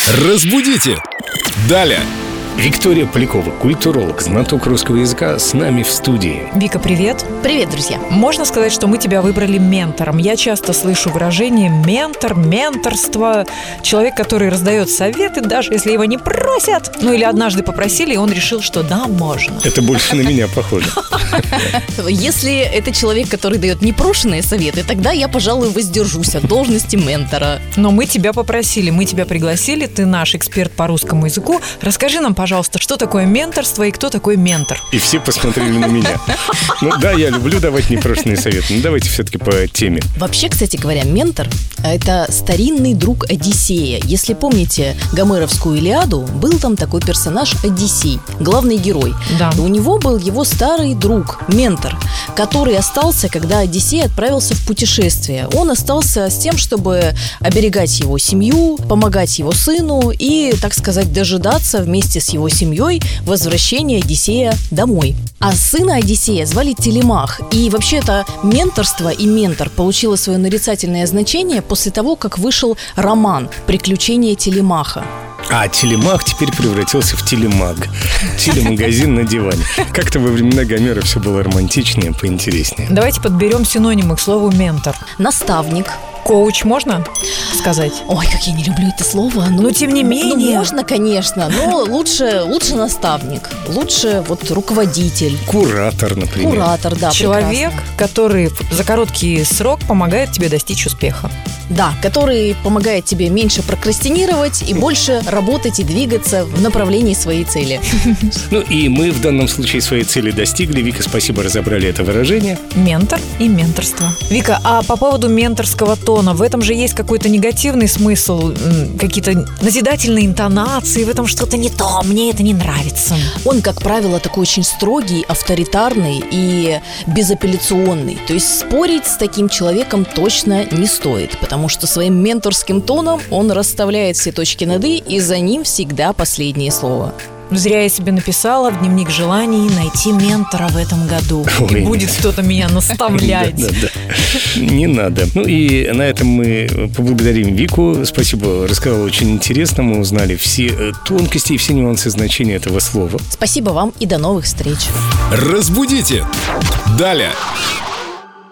Разбудите! Далее! Виктория Полякова, культуролог, знаток русского языка, с нами в студии. Вика, привет. Привет, друзья. Можно сказать, что мы тебя выбрали ментором. Я часто слышу выражение ментор, менторство. Человек, который раздает советы, даже если его не просят. Ну или однажды попросили, и он решил, что да, можно. Это больше на меня похоже. Если это человек, который дает непрошенные советы, тогда я, пожалуй, воздержусь от должности ментора. Но мы тебя попросили, мы тебя пригласили, ты наш эксперт по русскому языку. Расскажи нам, пожалуйста, что такое менторство и кто такой ментор? И все посмотрели на меня. Ну да, я люблю давать непрошенные советы, но давайте все-таки по теме. Вообще, кстати говоря, ментор – это старинный друг Одиссея. Если помните гомеровскую Илиаду, был там такой персонаж Одиссей, главный герой. Да. У него был его старый друг, ментор, который остался, когда Одиссей отправился в путешествие. Он остался с тем, чтобы оберегать его семью, помогать его сыну и, так сказать, дожидаться вместе с его семьей возвращения Одиссея домой. А сына Одиссея звали Телемах. И вообще-то менторство и ментор получило свое нарицательное значение после того, как вышел роман «Приключения Телемаха». А телемах теперь превратился в телемаг. Телемагазин на диване. Как-то во времена Гомера все было романтичнее, поинтереснее. Давайте подберем синонимы к слову ментор. Наставник. Коуч можно сказать? Ой, как я не люблю это слово. Но тем не менее. Можно, конечно, но лучше наставник. Лучше вот руководитель. Куратор, например. Куратор, да. Человек, прекрасно. который за короткий срок помогает тебе достичь успеха. Да, который помогает тебе меньше прокрастинировать и больше работать и двигаться в направлении своей цели. Ну и мы в данном случае своей цели достигли. Вика, спасибо, разобрали это выражение. Ментор и менторство. Вика, а по поводу менторского тона, в этом же есть какой-то негативный смысл, какие-то назидательные интонации, в этом что-то не то, мне это не нравится. Он, как правило, такой очень строгий, авторитарный и безапелляционный. То есть спорить с таким человеком точно не стоит, потому что своим менторским тоном он расставляет все точки над «и», и за ним всегда последнее слово. Зря я себе написала в дневник желаний найти ментора в этом году. Ой, И будет кто-то меня наставлять. Да. Не надо. Ну и на этом мы поблагодарим Вику. Спасибо, рассказала очень интересно. Мы узнали все тонкости и все нюансы значения этого слова. Спасибо вам и до новых встреч. Разбудите! Далее!